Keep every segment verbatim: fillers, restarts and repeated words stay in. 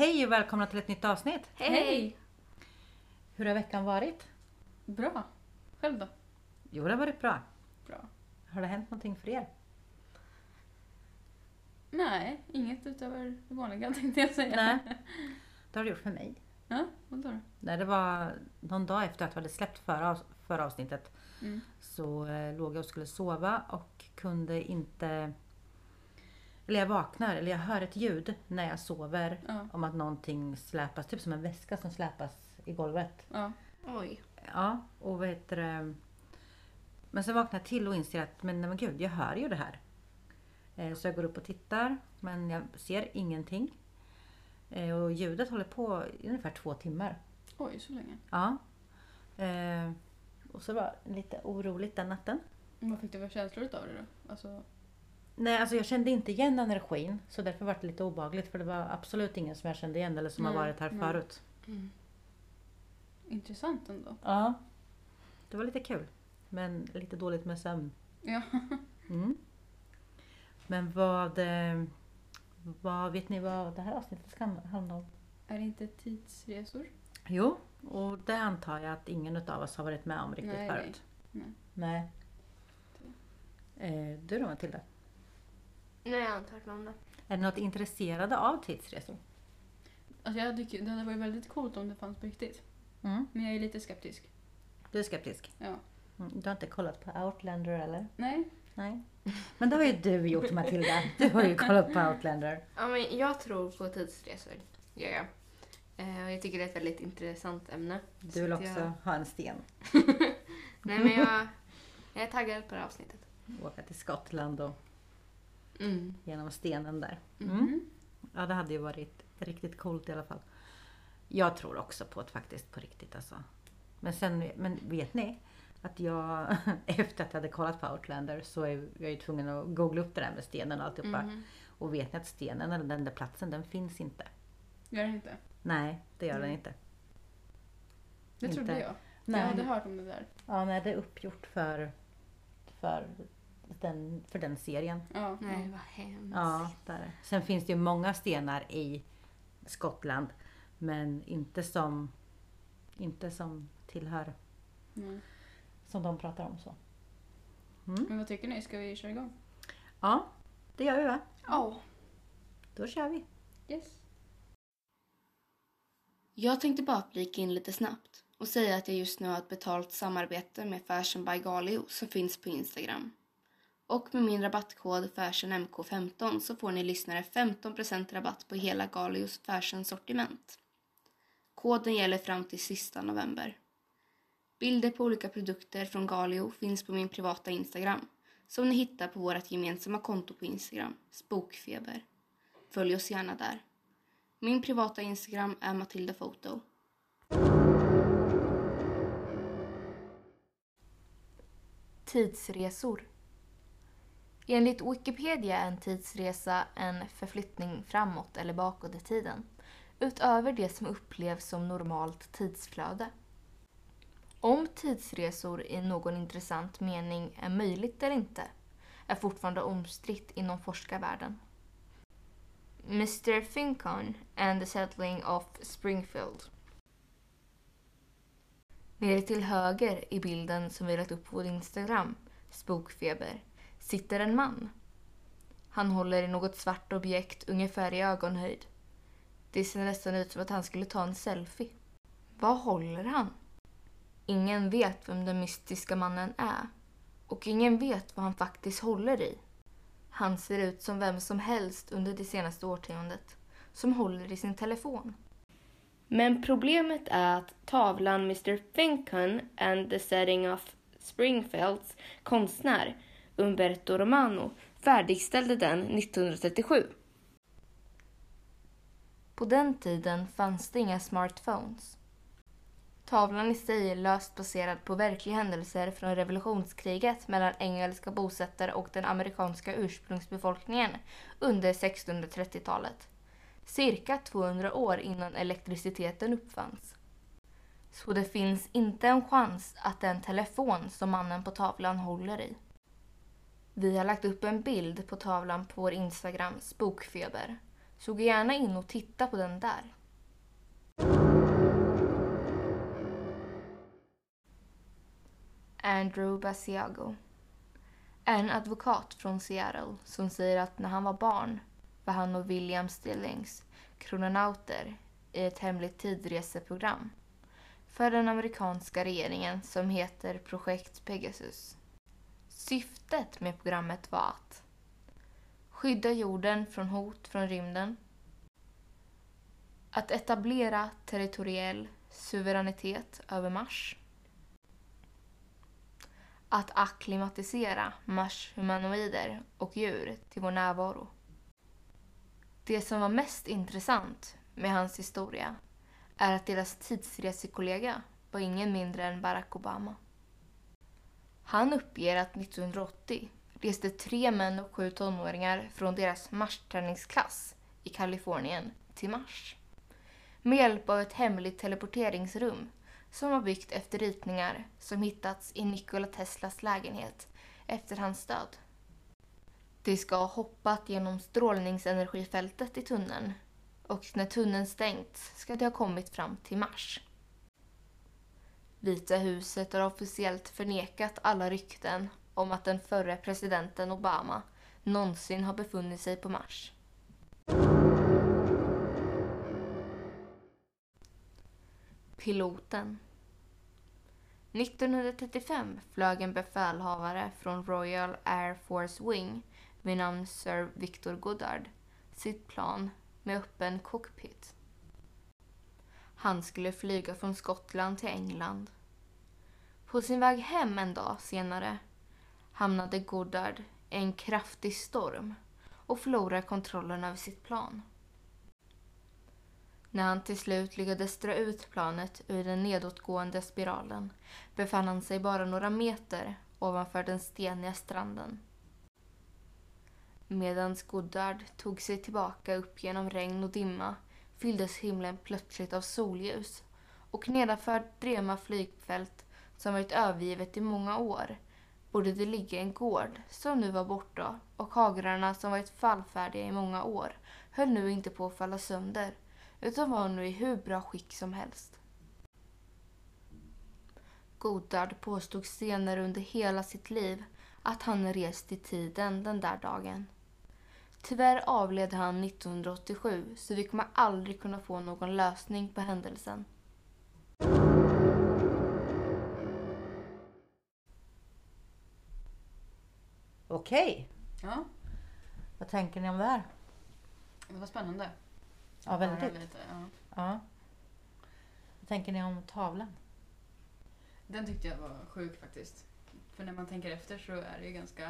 Hej och välkomna till ett nytt avsnitt. Hej! Hej. Hur har veckan varit? Bra. Själv då? Jo, det har varit bra. Bra. Har det hänt någonting för er? Nej, inget utöver det vanliga tänkte jag säga. Nej, det har det gjort för mig. Ja, vad då? Nej, det var någon dag efter att vi hade släppt förra, förra avsnittet. Mm. Så eh, låg jag och skulle sova och kunde inte... Eller jag vaknar, eller jag hör ett ljud när jag sover Ja. om att någonting släpas. Typ som en väska som släpas i golvet. Ja. Oj. Ja, och vad heter det? Men så vaknar jag till och inser att men, nej, men gud, jag hör ju det här. Eh, så jag går upp och tittar, men jag ser ingenting. Eh, och ljudet håller på i ungefär två timmar. Oj, så länge. Ja. Eh, och så var det lite oroligt den natten. Vad fick du för känslor av det då? Alltså... Nej, alltså jag kände inte igen energin. Så därför var det lite obehagligt. För det var absolut ingen som jag kände igen eller som Nej, har varit här nej. förut. Mm. Intressant ändå. Ja. Det var lite kul. Men lite dåligt med sömn. Ja. Mm. Men vad, eh, vad... Vet ni vad det här avsnittet ska handla om? Är det inte tidsresor? Jo, och det antar jag att ingen av oss har varit med om riktigt Nej, förut. nej. Nej. Eh, du då, Matilda? Nej, jag har inte hört om det. Är ni något intresserade av tidsresor? Alltså jag tycker det hade varit väldigt coolt om det fanns på riktigt. Mm. Men jag är lite skeptisk. Du är skeptisk? Ja. Mm. Du har inte kollat på Outlander eller? Nej. Nej. Men det har ju du gjort, Matilda. Du har ju kollat på Outlander. Ja, men jag tror på tidsresor. Ja, ja. Eh, och jag tycker det är ett väldigt intressant ämne. Du Så vill att också jag... ha en sten. Nej, men jag, jag är taggad på det här avsnittet. Åka till Skottland och Mm. genom stenen där. Mm. Mm. Ja, det hade ju varit riktigt coolt i alla fall. Jag tror också på det faktiskt, på riktigt alltså. Men sen, men vet ni att jag efter att jag hade kollat på Outlander så är jag ju tvungen att googla upp det där med stenen och alltihopa. Mm. Och vet ni att stenen eller den där platsen, den finns inte. Gör det inte? Nej, det gör den Mm. inte. Det Inte. trodde jag. Nej. Jag hade hört om det där. Ja, nej, det är uppgjort för, för, den, för den serien. Ja. Nej, vad hemskt. Ja, där. Sen finns det ju många stenar i Skottland. Men inte som, inte som tillhör, Mm. som de pratar om så. Mm. Men vad tycker ni? Ska vi köra igång? Ja, det gör vi va? Ja. Då kör vi. Yes. Jag tänkte bara flika in lite snabbt och säga att jag just nu har ett betalt samarbete med Fashion by Galio som finns på Instagram. Och med min rabattkod fashion m k femton så får ni lyssnare femton procent rabatt på hela Galios fashion-sortiment. Koden gäller fram till sista november. Bilder på olika produkter från Galio finns på min privata Instagram som ni hittar på vårt gemensamma konto på Instagram, Spokfeber. Följ oss gärna där. Min privata Instagram är Matilda Photo. Tidsresor. Enligt Wikipedia är en tidsresa en förflyttning framåt eller bakåt i tiden, utöver det som upplevs som normalt tidsflöde. Om tidsresor i någon intressant mening är möjligt eller inte är fortfarande omstritt inom forskarvärlden. mister Fincon and the Settling of Springfield. Nere till höger i bilden som vi lagt upp på vår Instagram, Spokfeber, sitter en man. Han håller i något svart objekt ungefär i ögonhöjd. Det ser nästan ut som att han skulle ta en selfie. Vad håller han? Ingen vet vem den mystiska mannen är. Och ingen vet vad han faktiskt håller i. Han ser ut som vem som helst under det senaste årtiondet som håller i sin telefon. Men problemet är att tavlan mister Fincon and the Setting of Springfields konstnär Umberto Romano färdigställde den nittonhundratrettiosju. På den tiden fanns det inga smartphones. Tavlan i sig är löst baserad på verkliga händelser från revolutionskriget mellan engelska bosättare och den amerikanska ursprungsbefolkningen under sextonhundratrettiotalet. Cirka tvåhundra år innan elektriciteten uppfanns. Så det finns inte en chans att det är en telefon som mannen på tavlan håller i. Vi har lagt upp en bild på tavlan på vår Instagram Spokfeber Så gå gärna in och titta på den där. Andrew Basiago är en advokat från Seattle som säger att när han var barn var han och William Stillings krononauter i ett hemligt tidreseprogram för den amerikanska regeringen som heter Projekt Pegasus. Syftet med programmet var att skydda jorden från hot från rymden, att etablera territoriell suveränitet över Mars, att akklimatisera Mars humanoider och djur till vår närvaro. Det som var mest intressant med hans historia är att deras tidsresekollega var ingen mindre än Barack Obama. Han uppger att nittonhundraåttio reste tre män och sju tonåringar från deras Mars-träningsklass i Kalifornien till Mars med hjälp av ett hemligt teleporteringsrum som var byggt efter ritningar som hittats i Nikola Teslas lägenhet efter hans död. De ska ha hoppat genom strålningsenergifältet i tunneln och när tunneln stängts ska de ha kommit fram till Mars. Vita huset har officiellt förnekat alla rykten om att den förre presidenten Obama någonsin har befunnit sig på Mars. Piloten. nittonhundratrettiofem flög en befälhavare från Royal Air Force Wing vid namn Sir Victor Goddard sitt plan med öppen cockpit. Han skulle flyga från Skottland till England. På sin väg hem en dag senare hamnade Goddard i en kraftig storm och förlorade kontrollen över sitt plan. När han till slut lyckades dra ut planet ur den nedåtgående spiralen befann han sig bara några meter ovanför den steniga stranden. Medan Goddard tog sig tillbaka upp genom regn och dimma fylldes himlen plötsligt av solljus och nedanför Drema flygfält som varit övergivet i många år borde det ligga en gård som nu var borta och hagrarna som varit fallfärdiga i många år höll nu inte på att falla sönder utan var nu i hur bra skick som helst. Goddard påstod senare under hela sitt liv att han rest i tiden den där dagen. Tyvärr avled han nittonhundraåttiosju så vi kommer aldrig kunna få någon lösning på händelsen. Okej, Ja, vad tänker ni om det här? det var spännande. Ja, väldigt. Lite, ja. Ja. Vad tänker ni om tavlan? Den tyckte jag var sjuk faktiskt. För när man tänker efter så är det ju ganska...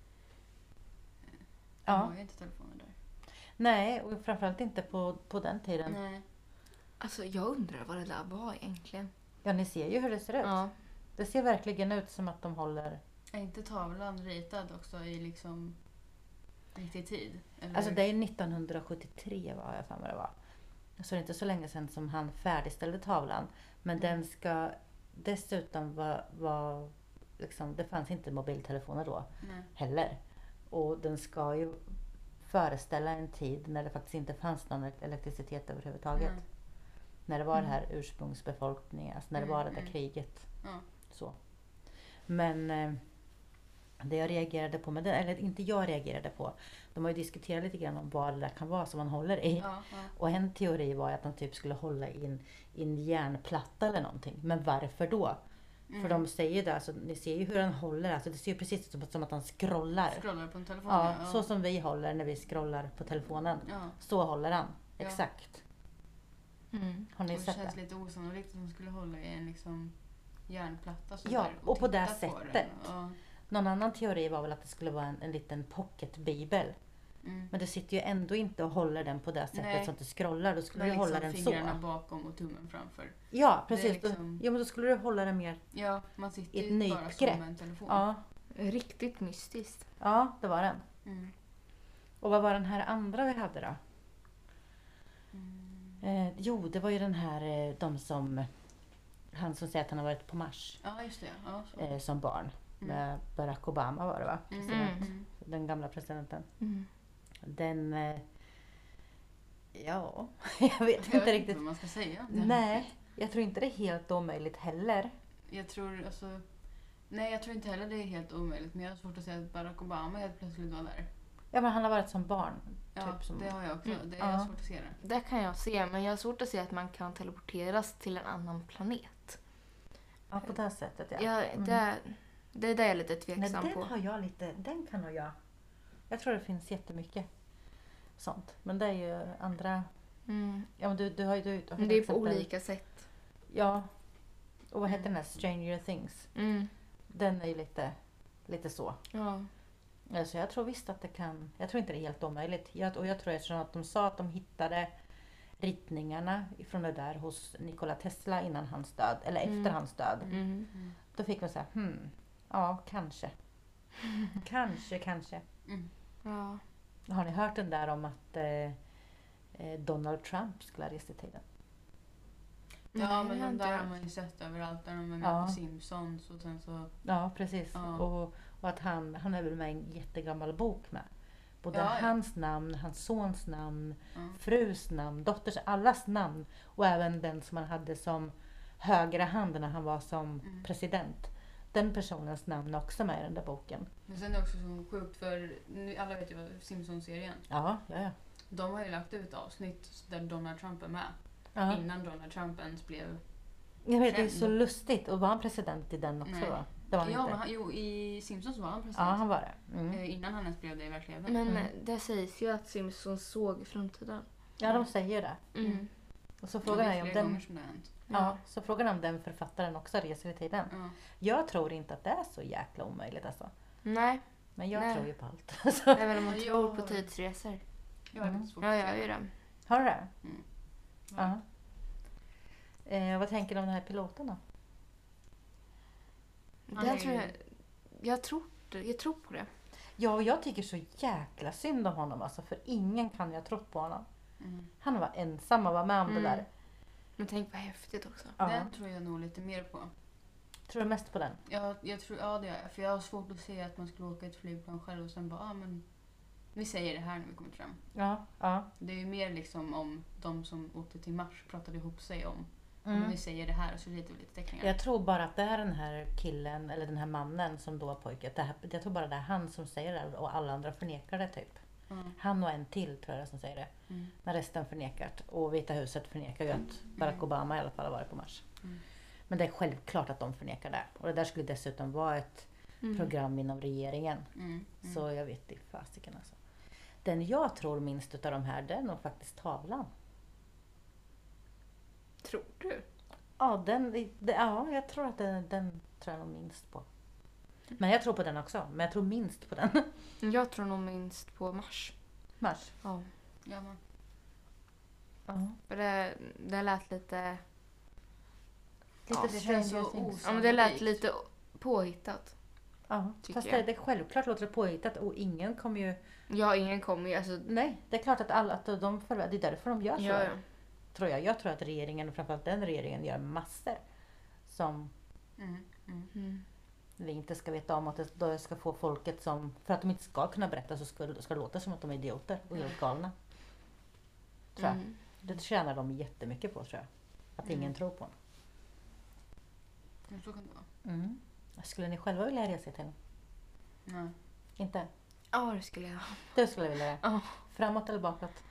Ja. Jag har ju inte telefonen där. Nej, och framförallt inte på, på den tiden. Nej. Alltså jag undrar vad det där var egentligen. Ja, ni ser ju hur det ser ut. Ja. Det ser verkligen ut som att de håller... Är inte tavlan ritad också i liksom riktig tid? Eller? Alltså det är nittonhundrasjuttiotre var jag för mig det var. Så det är inte så länge sedan som han färdigställde tavlan. Men Mm. den ska dessutom vara... Var, liksom, det fanns inte mobiltelefoner då Nej. heller. Och den ska ju föreställa en tid när det faktiskt inte fanns någon elektricitet överhuvudtaget. Nej. När det var Mm. det här ursprungsbefolkningen, alltså när det Mm, var det där mm. kriget. Ja. Så. Men eh, det jag reagerade på med det, eller inte jag reagerade på, de har ju diskuterat lite grann om vad det där kan vara som man håller i. Ja, ja. Och en teori var att de typ skulle hålla i en, i en järnplatta eller någonting. Men varför då? Mm. För de säger det, alltså, ni ser ju hur han håller, alltså, det ser ju precis ut som, som att han scrollar. Scrollar på en telefon. Ja, så som vi håller när vi scrollar på telefonen. Ja. Så håller han. Ja. Exakt. Mm. Har ni Och det sett känns det? lite osannolikt att de skulle hålla i en liksom järnplatta så Ja, där och på det titta på den. sättet. Ja. Någon annan teori var väl att det skulle vara en, en liten pocketbibel. Mm. Men du sitter ju ändå inte och håller den på det sättet Nej. så att du scrollar. Då skulle Med du hålla liksom den så. fingrarna bakom och tummen framför. Ja, Det är precis. liksom- Då, ja, men då skulle du hålla den mer. Ja, man sitter Ett ju bara nypgrepp. som en telefon. Ja, Riktigt mystiskt. ja, det var den. Mm. Och vad var den här andra vi hade då? Mm. Eh, jo, det var ju den här, eh, de som, han som säger att han har varit på Mars Ja, just det. Ja, så. eh, som barn. Mm. Med Barack Obama var det va? Mm. President. Mm. Den gamla presidenten. Mm. Den, eh, Ja, jag vet inte Jag vet riktigt. inte vad man ska säga. Det- Nej, jag tror inte det är helt omöjligt heller. Jag tror alltså... Nej, jag tror inte heller det är helt omöjligt. Men jag har svårt att säga att Barack Obama helt plötsligt var där. Ja, men han har varit som barn. Ja, Typ som... det har jag också. Mm. Det är jag Ja. svårt att se det. Det kan jag se, men jag har svårt att se att man kan teleporteras till en annan planet. Ja, på det här sättet ja. Ja, Mm. det, det är det jag är lite Nej, tveksam den på. har jag lite, den kan nog jag. Jag tror det finns jättemycket sånt. Men det är ju andra, Mm. ja men du, du har ju... Du, du har Men det är till på exempel- olika sätt. Ja. Och vad heter den här Stranger Things? Mm. Den är ju lite, lite så. Ja. Alltså jag tror visst att det kan, jag tror inte det är helt omöjligt. Jag, och jag tror eftersom att de sa att de hittade ritningarna ifrån det där hos Nikola Tesla innan hans död, eller efter Mm. hans död. Mm. Då fick man säga, hmm, ja kanske. kanske, kanske. Mm. Ja. Har ni hört den där om att eh, eh, Donald Trump skulle ha rest i tiden? Ja, Nej, men jag har de inte där har hört. man ju sett överallt. Där de är med Ja. på Simpsons och sen så... Ja, precis. Ja. Och, och att han, han är väl med i en jättegammal bok med. Både Ja, ja. hans namn, hans sons namn, Ja. frus namn, dotters, allas namn. Och även den som han hade som högra hand när han var som Mm. president. Den personens namn är också med i den där boken. Men sen är det också så sjukt för nu, alla vet ju vad Simpsons-serien. Ja, ja, ja. De har ju lagt ut avsnitt där Donald Trump är med. ja. Innan Donald Trump ens blev... Jag vet, det är Känd. så lustigt. Och var han president i den också Nej. då? Det var han Ja, inte. men han, jo, i Simpsons var han Ja, president. han var det. Mm. Eh, Innan han ens blev det i verkligheten. Men Mm. eh, det sägs ju att Simpsons såg framtiden. Ja, de säger det. Mm. Och så Ja, frågan det är är om flera den... gånger som det har hänt. Ja, så frågan är om den författaren också reser i tiden. Ja. Jag tror inte att det är så jäkla omöjligt alltså. Nej, Men jag Nej. tror ju på allt. det är väl om man Ja, tror jag på har- tidsresor. Jag har Mm. lite svårt Ja, att jag se gör ju det. Har du det? Mm. Ja. Eh, vad tänker du om den här piloten då? Han Det är tror ju- jag, jag, tror, det- jag tror på det. Ja, och jag tycker så jäkla synd om honom alltså. För ingen kan ju ha trott på honom. Mm. Han var ensam och var med om Mm. det där. Men tänk vad häftigt också. Ja. Den tror jag nog lite mer på. Tror du mest på den? Jag, jag tror, ja det gör jag. För jag har svårt att se att man skulle åka ett flygplan själv och sen bara, ja ah, men vi säger det här när vi kommer fram. Ja. ja. Det är ju mer liksom om de som åkte till Mars pratade ihop sig om, Mm. men vi säger det här och så ritar vi lite teckningar. Jag tror bara att det är den här killen, eller den här mannen som då var pojke. Det här, jag tror bara det är han som säger det och alla andra förnekar det typ. Mm. Han och en till tror jag som säger det. Mm. När resten förnekat. Och Vita huset förnekar ju att Barack Obama i alla fall har varit på Mars. Mm. Men det är självklart att de förnekar det. Och det där skulle dessutom vara ett Mm. program inom regeringen. Mm. Mm. Så jag vet inte fasiken alltså. Den jag tror minst utav de här, det är nog faktiskt tavlan. Tror du? Ja, den, det, ja jag tror att den, den tror jag nog minst på. Men jag tror på den också. Men jag tror minst på den. Jag tror nog minst på Mars. Mars. Ja. Ja, men. Ja. För det, det lät lite... Lite Ja, det känns så Stranger Things. Ja, men det lät Sannolikt. lite påhittat. Ja, tycker fast jag. det, det självklart låter det påhittat och ingen kommer ju... Ja, ingen kommer ju... Alltså, Nej, det är klart att alla, att de förvä- det är därför de gör så. ja, ja. Tror jag. Jag tror att regeringen, och framförallt den regeringen, gör massor som Mm. Mm. Mm. vi inte ska veta om. Att det då ska få folket som, för att de inte ska kunna berätta så ska, ska det låta som att de är idioter och helt galna. Tror jag. Mm. Det tjänar de jättemycket på tror jag. Att Mm. ingen tror på dem. Ja, så kan det vara. Mm. Skulle ni själva vilja resa till? Nej. Inte? Ja, det skulle jag. Du skulle vilja det? Ja. Framåt eller bakåt?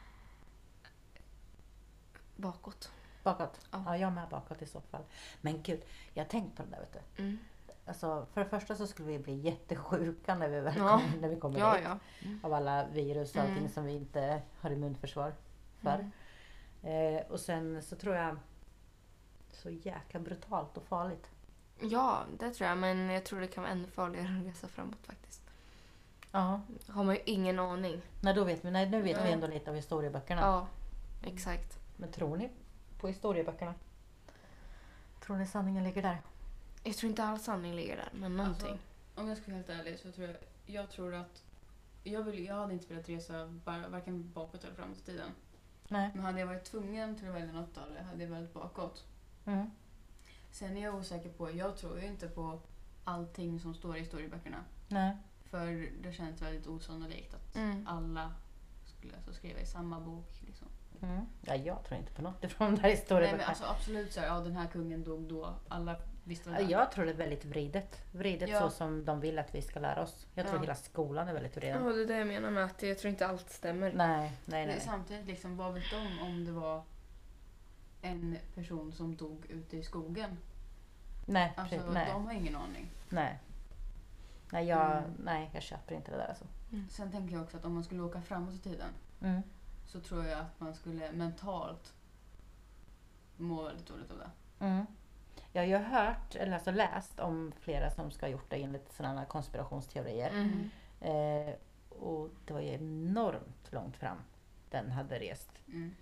Bakåt. Bakåt? Ja. Ja, jag med bakåt i så fall. Men gud, jag har tänkt på det där vet du. Mm. Alltså, för det första så skulle vi bli jättesjuka när vi, väl Ja. kom, när vi kommer Ja, dit. ja. Av alla virus och allting Mm. som vi inte har immunförsvar för. Mm. Eh, och sen så tror jag så jäkla brutalt och farligt. Ja, det tror jag. Men jag tror det kan vara ännu farligare att resa framåt faktiskt. Ja. Har man ju ingen aning. Nej, då vet vi, nej, nu vet Ja. vi ändå lite av historieböckerna. Ja, exakt. Men tror ni på historieböckerna? Tror ni sanningen ligger där? Jag tror inte alls sanning ligger där, men någonting. Alltså, om jag ska vara helt ärlig så tror jag, jag tror att jag, vill, jag hade inte velat resa bara, varken bakåt eller framåt i tiden. Nej. Men hade jag varit tvungen till att välja något av det hade jag valt bakåt. Mm. Sen är jag osäker på, jag tror ju inte på allting som står i historieböckerna. Nej. För det känns väldigt osannolikt att Mm. alla skulle alltså skriva i samma bok. Liksom. Mm. Ja, jag tror inte på något ifrån de där historierna. Nej, men alltså, absolut så här, ja, den här kungen dog då. Alla visste vad Ja, det jag tror det är väldigt vridet. Vridet Ja. så som de vill att vi ska lära oss. Jag tror Ja. hela skolan är väldigt Ja, vriden. det är det jag menar med att jag tror inte allt stämmer. Nej, nej, nej. är. nej. Samtidigt, liksom, vad vet de om det var en person som dog ute i skogen? Nej, Alltså, precis, nej, de har ingen aning. nej. Nej, jag, Mm. nej, jag köper inte det där alltså. Sen tänker jag också att om man skulle åka framåt i tiden Mm. så tror jag att man skulle mentalt må väldigt dåligt av det. Mm. Ja, jag har hört, eller alltså läst om flera som ska ha gjort det enligt sådana här konspirationsteorier. Mm. Eh, och det var ju enormt långt fram den hade rest. Mm.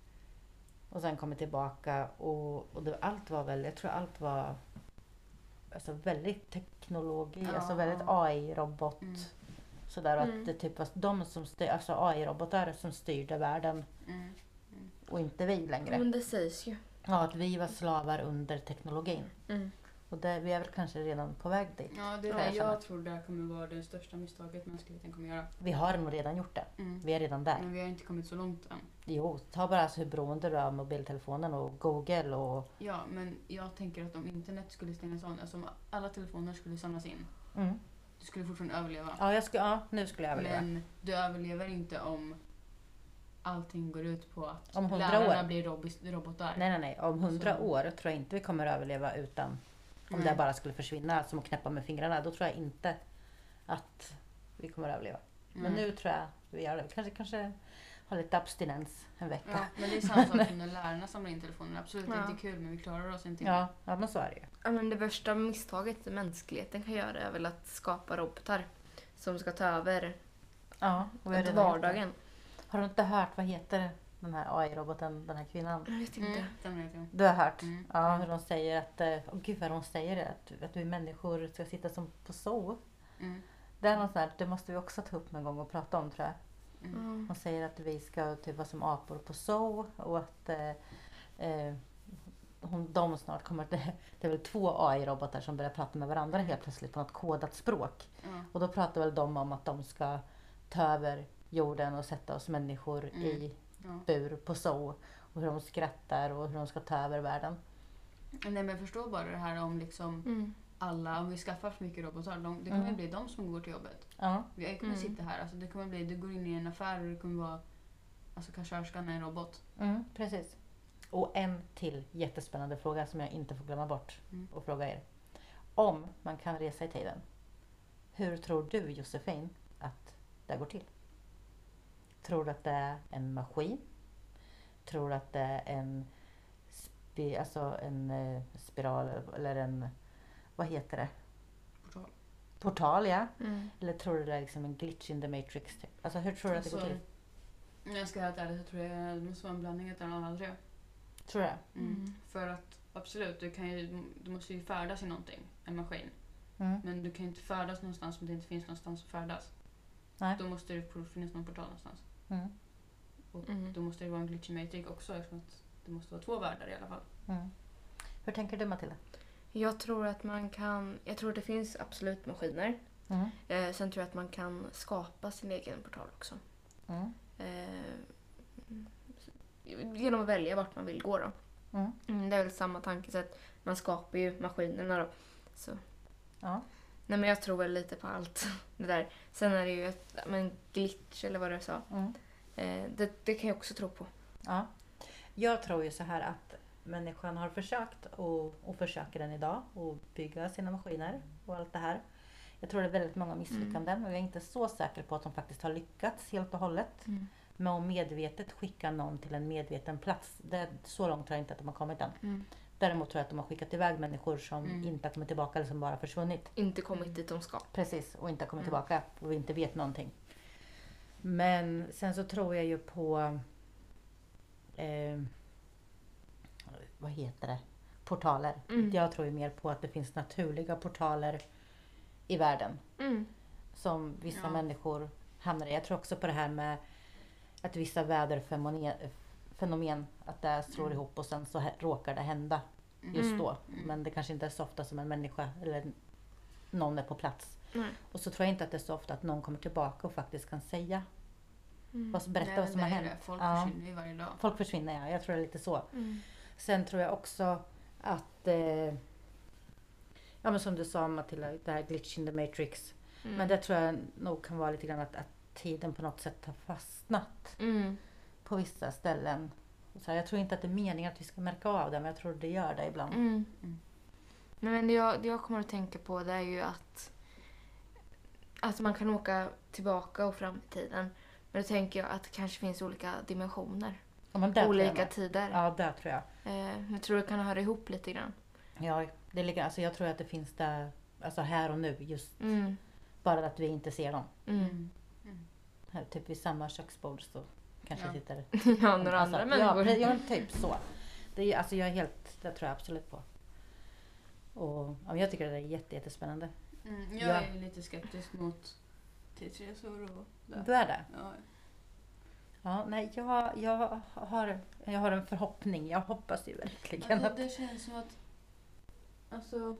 Och sen kommit tillbaka och, och det, allt var väl, jag tror allt var alltså väldigt teknologi, Ja. alltså väldigt A I-robot. Mm. Sådär och Mm. att det typ var de som styr, alltså A I-robotar som styrde världen Mm. och inte vi längre. Men det sägs ju. Ja, att vi var slavar under teknologin. Mm. Och det, vi är väl kanske redan på väg dit. Ja, det är Kan det jag känna. jag tror det kommer vara det största misstaget mänskligheten kommer göra. Vi har nog redan gjort det. Mm. Vi är redan där. Men vi har inte kommit så långt än. Jo, ta bara alltså hur beroende du är av mobiltelefonen och Google och... Ja, men jag tänker att om internet skulle stängas av, alltså om alla telefoner skulle samlas in, Mm. du skulle fortfarande överleva. Ja, jag ska, ja, nu skulle jag överleva. Men du överlever inte om allting går ut på att Om hundra lärarna år. blir robis- robotar. Nej, nej, nej. Om hundra Så- år tror jag inte vi kommer överleva utan om Nej. det bara skulle försvinna som att knäppa med fingrarna. Då tror jag inte att vi kommer överleva. Men Mm. nu tror jag vi gör det. Vi kanske, kanske har lite abstinens en vecka. Ja, men det är samma sak som när lärarna samlar in telefonerna. Absolut, det är Ja. inte kul men vi klarar oss inte. Ja, ja men så är det ju. Ja, men det värsta misstaget mänskligheten kan göra är väl att skapa robotar som ska ta över Ja, och vi har redan gjort det. vardagen. Har du inte hört, vad heter den här A I-roboten, den här kvinnan? Jag vet inte. Mm, den vet jag. Du har hört? Mm. Ja, hur de säger att, eh, åh gud vad de säger att, att vi människor ska sitta som på zoo. Mm. Det är något sånt här, det måste vi också ta upp någon gång och prata om tror jag. Mm. Mm. Hon säger att vi ska typ vara som apor på zoo och att eh, eh, hon, de snart kommer att, det är väl två A I-robotar som börjar prata med varandra helt plötsligt på något kodat språk. Ja. Och då pratar väl de om att de ska ta över jorden och sätta oss människor Mm. i Ja. bur på zoo. Och hur de skrattar och hur de ska ta över världen. Nej, men jag förstår bara det här om liksom Mm. alla, om vi skaffar för mycket robotar, de, det kommer Mm. bli de som går till jobbet. Ja. Vi kommer Mm. sitta här, alltså det kommer bli, du går in i en affär och det kommer vara, alltså kassörskan är en robot. Mm, precis. Och en till jättespännande fråga som jag inte får glömma bort Mm. och fråga er. Om man kan resa i tiden, hur tror du Josefin att det går till? Tror du att det är en maskin? Tror du att det är en, spi, alltså en eh, spiral eller en, vad heter det? Portal. Portal, ja. Mm. Eller tror du det är liksom en glitch in the matrix? Typ? Alltså hur tror du att det går Alltså, till? Om jag ska vara helt ärlig så tror jag det måste vara en blandning av alla tre. Tror du det? Mm. Mm. För att absolut, du, kan ju, du måste ju färdas i någonting, en maskin. Mm. Men du kan ju inte färdas någonstans om det inte finns någonstans att färdas. Nej. Då måste det finnas någon portal någonstans. Mm. Och Mm. då måste det vara en glitch i matrix också eftersom att det måste vara två världar i alla fall. Mm. Hur tänker du Matilda? Jag tror att man kan, jag tror att det finns absolut maskiner. Mm. Eh, sen tror jag att man kan skapa sin egen portal också. Mm. Eh, genom att välja vart man vill gå då. Mm. Mm, det är väl samma tankesätt. Man skapar ju maskinerna då. Så. Ja. Nej, men jag tror väl lite på allt det där. Sen är det ju ett men glitch eller vad du sa. Mm. Eh, det, det kan jag också tro på. Ja. Jag tror ju så här att människan har försökt och, och försöker den idag att bygga sina maskiner och allt det här. Jag tror det är väldigt många misslyckanden och jag är inte så säker på att de faktiskt har lyckats helt och hållet. Mm. Men att medvetet skicka någon till en medveten plats, det, så långt tror jag inte att de har kommit än. Mm. Däremot tror jag att de har skickat iväg människor som Mm. inte har kommit tillbaka eller som bara försvunnit. Inte kommit dit de ska. Precis, och inte har kommit Mm. tillbaka och vi inte vet någonting. Men sen så tror jag ju på eh, vad heter det? Portaler. Mm. Jag tror ju mer på att det finns naturliga portaler i världen Mm. som vissa Ja. människor hamnar i. Jag tror också på det här med att vissa väderfenomen, fenomen, att det slår Mm. ihop och sen så hä- råkar det hända Mm. just Mm. då. Mm. Men det kanske inte är så ofta som en människa eller någon är på plats. Nej. Och så tror jag inte att det är så ofta att någon kommer tillbaka och faktiskt kan säga Mm. Vad, berätta Nej, vad som men har det är hänt. det. Folk Ja. försvinner ju varje dag. Folk försvinner, ja. Jag tror det är lite så. Mm. Sen tror jag också att, eh, ja men som du sa Matilda, det här glitch in the matrix. Mm. Men det tror jag nog kan vara lite grann att, att tiden på något sätt har fastnat Mm. på vissa ställen. Så här, jag tror inte att det är meningen att vi ska märka av det, men jag tror det gör det ibland. Mm. Mm. Nej, men det jag, det jag kommer att tänka på det är ju att, att man kan åka tillbaka och fram i tiden. Men då tänker jag att det kanske finns olika dimensioner. Ja, men där tror jag Olika med. tider. Ja, där tror jag. Eh, jag tror det kan höra ihop lite grann. Ja, det ligger, alltså jag tror att det finns där, alltså här och nu, just Mm. bara att vi inte ser dem. Mm. Mm. Här, typ vid samma köksbord så kanske Ja. sitter Ja, några alltså, andra ja, människor. pre- ja, men typ så. Det är, alltså jag är helt, det tror jag absolut på. Och ja, jag tycker det är jätte, jättespännande. Mm. Jag Ja. är lite skeptisk mot tidsresor och där. Du är det? Ja. Ja, nej, jag, jag, har, jag har en förhoppning. Jag hoppas ju verkligen Alltså, att... det känns som att... Alltså,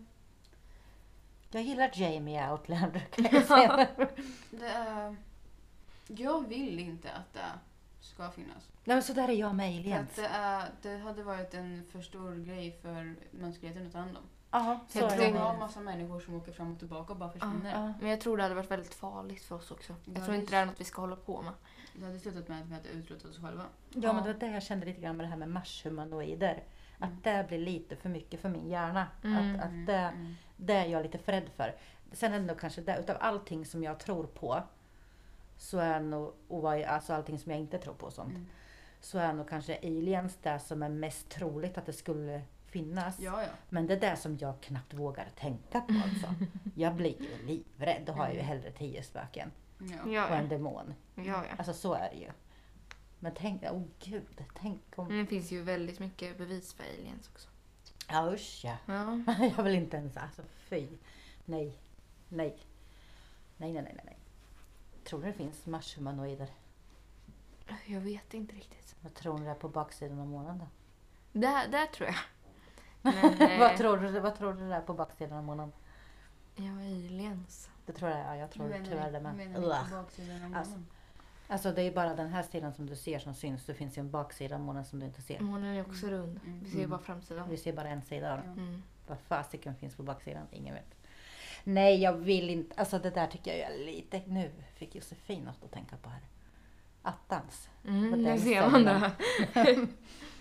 Jag gillar Jamie Outlander kan jag säga. det är... Jag vill inte att det ska finnas. Nej, men så där är jag med För aliens. att det, är, det hade varit en för stor grej för mänskligheten att ta hand om. Ja, så Jag är Det tror- det. var en massa människor som åker fram och tillbaka och bara försvinner. Ja. Men jag tror det hade varit väldigt farligt för oss också. Jag Ja, tror det- inte det är något vi ska hålla på med. Det hade slutat med att vi hade utrotat oss själva. Ja, men det var det jag kände lite grann med det här med marshumanoider. Att det blir lite för mycket för min hjärna. Mm. Att, att det, Mm. det är jag lite för rädd för. Sen är det nog kanske det, utav allting som jag tror på, så är nog, och vad jag, alltså allting som jag inte tror på och sånt, Mm. så är nog kanske aliens det som är mest troligt att det skulle finnas. Ja, ja. Men det är det som jag knappt vågar tänka på alltså. Jag blir ju livrädd. Då har jag ju hellre tio spöken ja. Ja, och en ja. demon. ja, ja. Alltså så är det ju. Men tänk, åh oh, gud, tänk om... Men det finns ju väldigt mycket bevis för aliens också. Ja usch ja. Ja. Jag vill inte ens, alltså fy. Nej. Nej. Nej, nej, nej, nej. nej. Tror du det finns marshumanoider? Jag vet inte riktigt. Vad tror du det är på baksidan av månen då? Där, där tror jag. Men, eh, vad, tror du, vad tror du det är på baksidan av månen? ja, aliens. Det tror jag, ja, jag tror Hur menar tyvärr ni- det hur med. menar ni Ugh. på baksidan av Alltså, månen? Alltså det är bara den här sidan som du ser som syns. Det finns ju en baksida av månen som du inte ser. Månen är också rund. Mm. Vi ser ju Mm. bara framsidan. Vi ser bara en sida av den. Ja. Mm. Vad fasiken finns på baksidan? Ingen vet. Nej, jag vill inte. Alltså det där tycker jag är lite... Nu fick Josefin något att tänka på här. Attans. Vad Mm, den där ser man stämmer. det.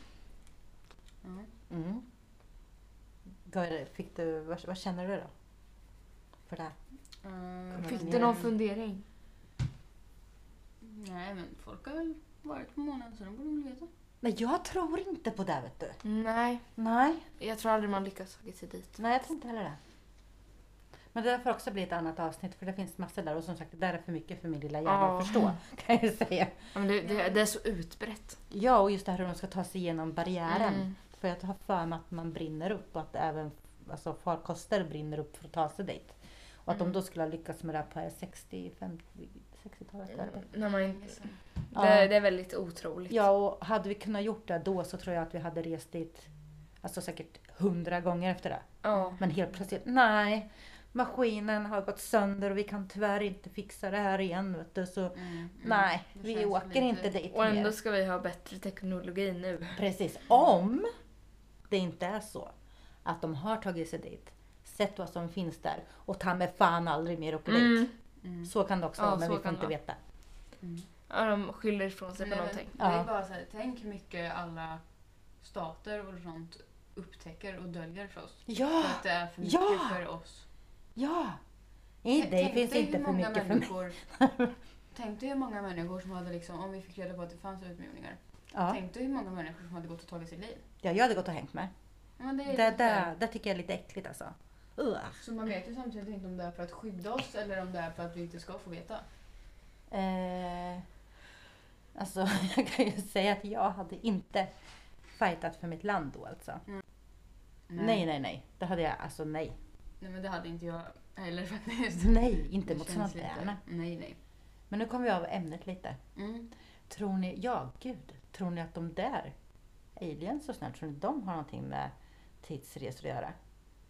Ja. Mm. Vad är det? Fick du, vad, vad känner du då? För det här? Eh, Fick Mm. du någon fundering? Nej, men folk har väl varit på månen så de borde väl veta. Nej, jag tror inte på det vet du. Nej, Nej, jag tror aldrig man lyckas ta sig dit. nej jag tror inte heller det. Men det där får också bli ett annat avsnitt för det finns massor där och som sagt det där är för mycket för min lilla hjärna Ja. att förstå. Kan jag säga. Ja, men det, det, det är så utbrett. Ja, och just det här hur de ska ta sig igenom barriären. Mm. För jag har för mig att man brinner upp och att även alltså, farkoster brinner upp för att ta sig dit. Och att Mm. de då skulle ha lyckats med det här på sextio, femtio, sextiotalet. eller? När man inte, Ja. det, det är väldigt otroligt. Ja, och hade vi kunnat gjort det då så tror jag att vi hade rest dit alltså säkert hundra gånger efter det. Ja. Men helt plötsligt, nej, maskinen har gått sönder och vi kan tyvärr inte fixa det här igen. Vet du, så Mm, mm. nej, Det vi känns åker lite- inte dit Och ändå mer. ska vi ha bättre teknologi nu. Precis, om det inte är så att de har tagit sig dit, sett vad som finns där och ta med fan aldrig mer åker dit. Mm. Mm. Så kan det också Ja, vara, men så vi får kan inte det veta. Mm. Ja, de skyller ifrån sig på Nej, men någonting. Det är Ja. bara så här, tänk hur mycket alla stater och sånt upptäcker och döljer för oss. Ja, För att det är för mycket Ja! för oss. ja. Nej, det Tänk finns dig inte hur för många mycket för mig. människor, Tänk dig hur många människor som hade liksom, om vi fick reda på att det fanns utmjölningar. Ja. Tänk dig hur många människor som hade gått och tagit sitt liv. ja, jag hade gått och hängt med. Men det är Det, lite så det, här- det tycker jag är lite äckligt alltså. Ugh. Så man vet ju samtidigt inte om det är för att skydda oss eller om det är för att vi inte ska få veta. Eh, alltså jag kan ju säga att jag hade inte fightat för mitt land då alltså. Nej, nej, nej. Det hade jag, alltså nej. Nej men det hade inte jag heller faktiskt. Nej, inte Det mot känns sådana lite- där. Nej, nej. Men nu kommer vi av ämnet lite. Mm. Tror ni, ja gud, tror ni att de där aliens och sånt, tror ni de har någonting med tidsresor att göra?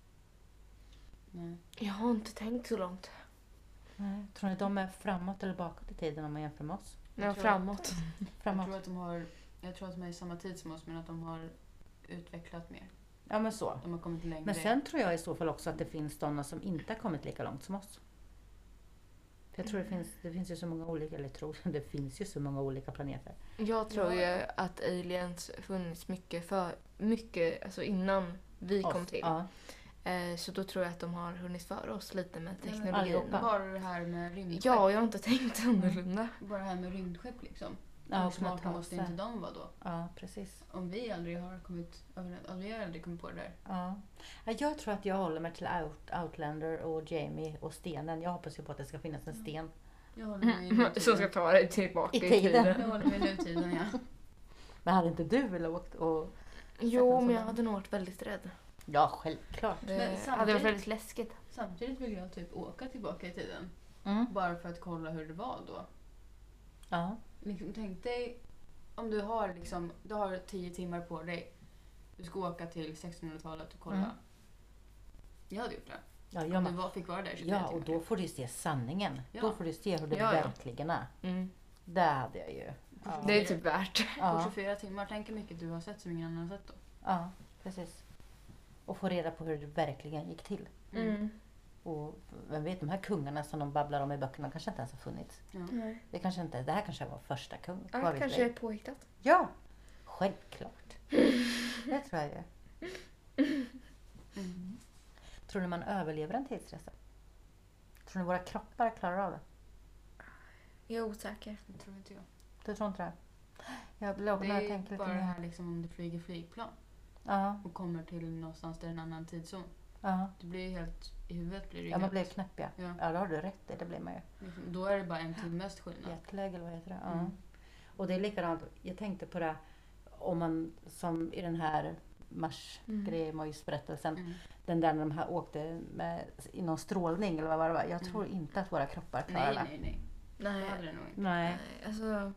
Nej. Jag har inte tänkt så långt. Nej. Tror ni de är framåt eller bakåt i tiden om man jämför med oss? Ja, tror framåt. Jag Framåt. tror att de har, jag tror att de är i samma tid som oss, men att de har utvecklat mer. Ja, men så. De har kommit längre. Men sen tror jag i så fall också att det finns sådana som inte har kommit lika långt som oss. För jag tror det finns, det finns ju så många olika, eller tror, det finns ju så många olika planeter. Jag tror Ja. ju att aliens funnits mycket för mycket, alltså innan vi kom Oss. till. Ja. Eh, så då tror jag att de har hunnit före oss lite med Nej, men teknologin. allihopa. Bara det här med rymdskepp. Ja, jag har inte tänkt annorlunda. Bara det här med rymdskepp liksom. Ja, Hur och kunna smarta ta måste sig. inte de vara då? Ja, precis. Om vi aldrig har kommit över det, vi har aldrig kommit på det där. Ja. Ja, jag tror att jag håller mig till Out, Outlander och Jamie och stenen. Jag hoppas ju på att det ska finnas en sten. Jag håller mig i nutiden. Som ska ta dig tillbaka I i tiden. tiden. Jag håller mig i nutiden, ja. Men hade inte du velat åkt och... Jo, en men jag sådan. hade nog varit väldigt rädd. Ja, självklart. Det Men hade samtidigt- varit väldigt läskigt. Samtidigt vill jag typ åka tillbaka i tiden. Mm. Bara för att kolla hur det var då. Ja. Liksom, tänk dig om du har liksom, du har tio timmar på dig. Du ska åka till sextonhundratalet och kolla. Mm. Jag hade gjort det. Ja, Om jag du med. var, fick vara där tjugofyra Ja, och timmar. då får du se sanningen. Ja. Då får du se hur det Ja, ja. verkligen är. Mm. Det hade jag ju. Ja. Det är typ värt. På Ja, tjugofyra timmar, tänk hur mycket du har sett som ingen annan har sett då. ja, precis. Och få reda på hur det verkligen gick till. Mm. Och vem vet, de här kungarna som de babblar om i böckerna kanske inte ens har funnits. Ja. Nej. Det kanske inte, det här kanske var första kung. Vad Ja, vet kanske vi? är påhittat. Ja, självklart. Det tror jag ju. Mm. Tror ni man överlever en tidsresa? Tror ni våra kroppar klarar av det? Jag är osäker. Det tror inte jag. Du tror inte det? Jag blir Det när jag är tänker lite bara det mer. här liksom om du flyger flygplan Ja, och kommer till någonstans där det är en annan tidszon. ja. Du blir ju helt, i huvudet blir du Ja, man helt- blir knäpp ja. Ja. Ja, då har du rätt i. Det blir man ju. Liksom, då är det bara en timmes skillnad. Jetlag eller vad heter det? Ja. Mm. Och det är likadant. Jag tänkte på det om man som i den här Mars-grejen-berättelsen. Mm. Den där när de här åkte med, i någon strålning eller vad var det var. Jag tror Mm. inte att våra kroppar klarar Nej, det. nej, nej. Det Nej. hade det nog inte. Nej. Nej, alltså...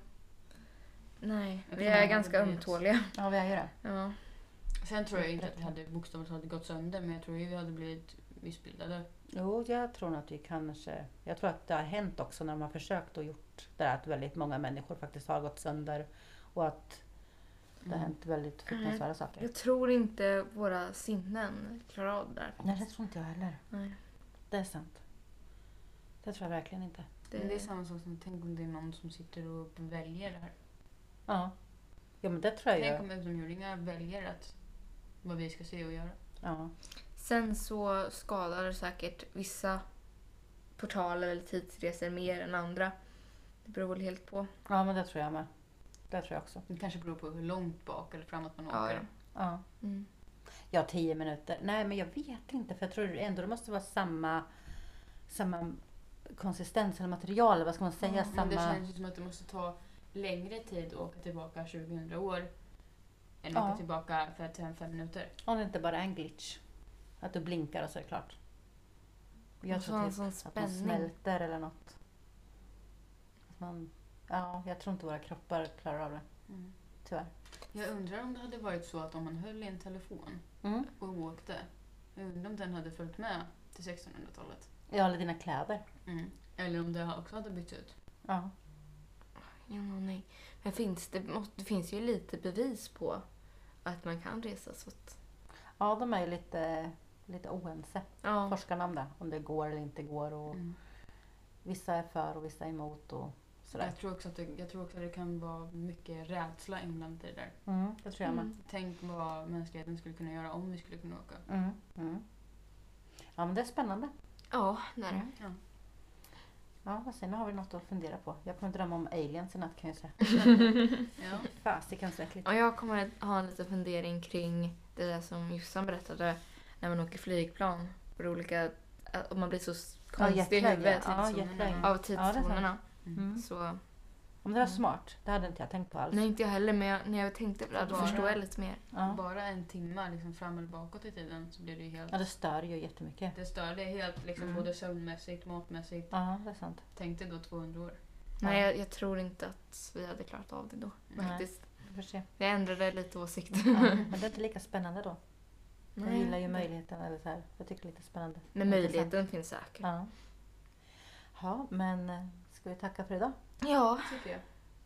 Nej, Jag vi tror är man ganska hade blivit- ömtåliga. Ja, vi är ju det. Ja. Sen tror jag inte att vi hade bokstavligt talat gått sönder, men jag tror ju vi hade blivit missbildade. Jo, jag tror nog att vi kanske... Jag tror att det har hänt också när de har försökt och gjort det där att väldigt många människor faktiskt har gått sönder. Och att det har Mm. hänt väldigt fruktansvärda saker. Jag tror inte våra sinnen klarar av det där. Nej, det tror inte jag heller. Nej. Det är sant. Det tror jag verkligen inte. Men det är samma sak som, tänk om det är någon som sitter och väljer det här. Ja. Ja, men det tror jag Tänk ju. om utomjordingar väljer att, vad vi ska se och göra. Ja. Sen så skadar säkert vissa portaler eller tidsresor mer än andra. Det beror väl helt på. Ja, men det tror jag med. Det tror jag också. Det kanske beror på hur långt bak eller framåt man Ja, åker. ja. Ja. Mm. Ja, tio minuter. Nej, men jag vet inte. För jag tror ändå det måste vara samma, samma konsistens eller material. Eller vad ska man säga? Ja, men samma... det känns ju som att det måste ta längre tid att åka tillbaka tjugohundra år än att Ja. åka tillbaka för fem, fem minuter. Om det inte bara är en glitch. Att du blinkar och så är det klart. Jag Och så tror en typ sån att man spänning. smälter eller något. Att man, ja, jag tror inte våra kroppar klarar av det. Mm. Tyvärr. Jag undrar om det hade varit så att om man höll i en telefon Mm. och åkte. Jag undrar om den hade följt med till sextonhundratalet. Ja, eller dina kläder. Mm. Eller om det också hade bytts ut. Ja. Ingen aning. Men finns det, måste, det finns ju lite bevis på att man kan resa så att... Ja, de är ju lite, lite oense. Ja. Forskarna om det. Om det går eller inte går. Och Mm. vissa är för och vissa är emot och sådär. Jag tror också att det, jag tror också att det kan vara mycket rädsla inblandat i det där. Mm, det tror jag med. Mm. Tänk vad mänskligheten skulle kunna göra om vi skulle kunna åka. Mm, mm. Ja, men det är spännande. Ja, det är det. Mm. Ja. Ja, vad säger, nu har vi något att fundera på. Jag kommer drömma om aliens i natt kan jag säga. Ja. Fasiken så äckligt. Och jag kommer att ha en liten fundering kring det där som Jossan berättade när man åker flygplan. Och det olika, att man blir så konstig i jetlag, huvudet ja. Ja, tidszonerna. jetlag. av tidszonerna. Mm. Så, Ja, men det var smart. Det hade inte jag tänkt på alls. nej, inte jag heller, men jag, när jag tänkte på det då Bara- förstår jag lite mer. Ja. Bara en timme liksom fram eller bakåt i tiden så blir det ju helt... ja, det stör ju jättemycket. Det stör det är helt liksom Mm. både sömnmässigt, matmässigt. Ja, det är sant. Tänk dig då tvåhundra år. Nej, Ja. jag, jag tror inte att vi hade klarat av det då. Nej. Faktiskt. Vi får se. Jag ändrade lite åsikt. Ja, men det är inte lika spännande då. Jag Nej. gillar ju möjligheten. Eller så här. Jag tycker det är lite spännande. Men Intressant. möjligheten finns säkert. Ja. Ja, men eh, ska vi tacka för idag? Ja, Tycker jag.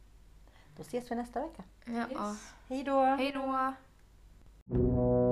Då ses vi nästa vecka. Ja. Yes. Hej då! Hej då!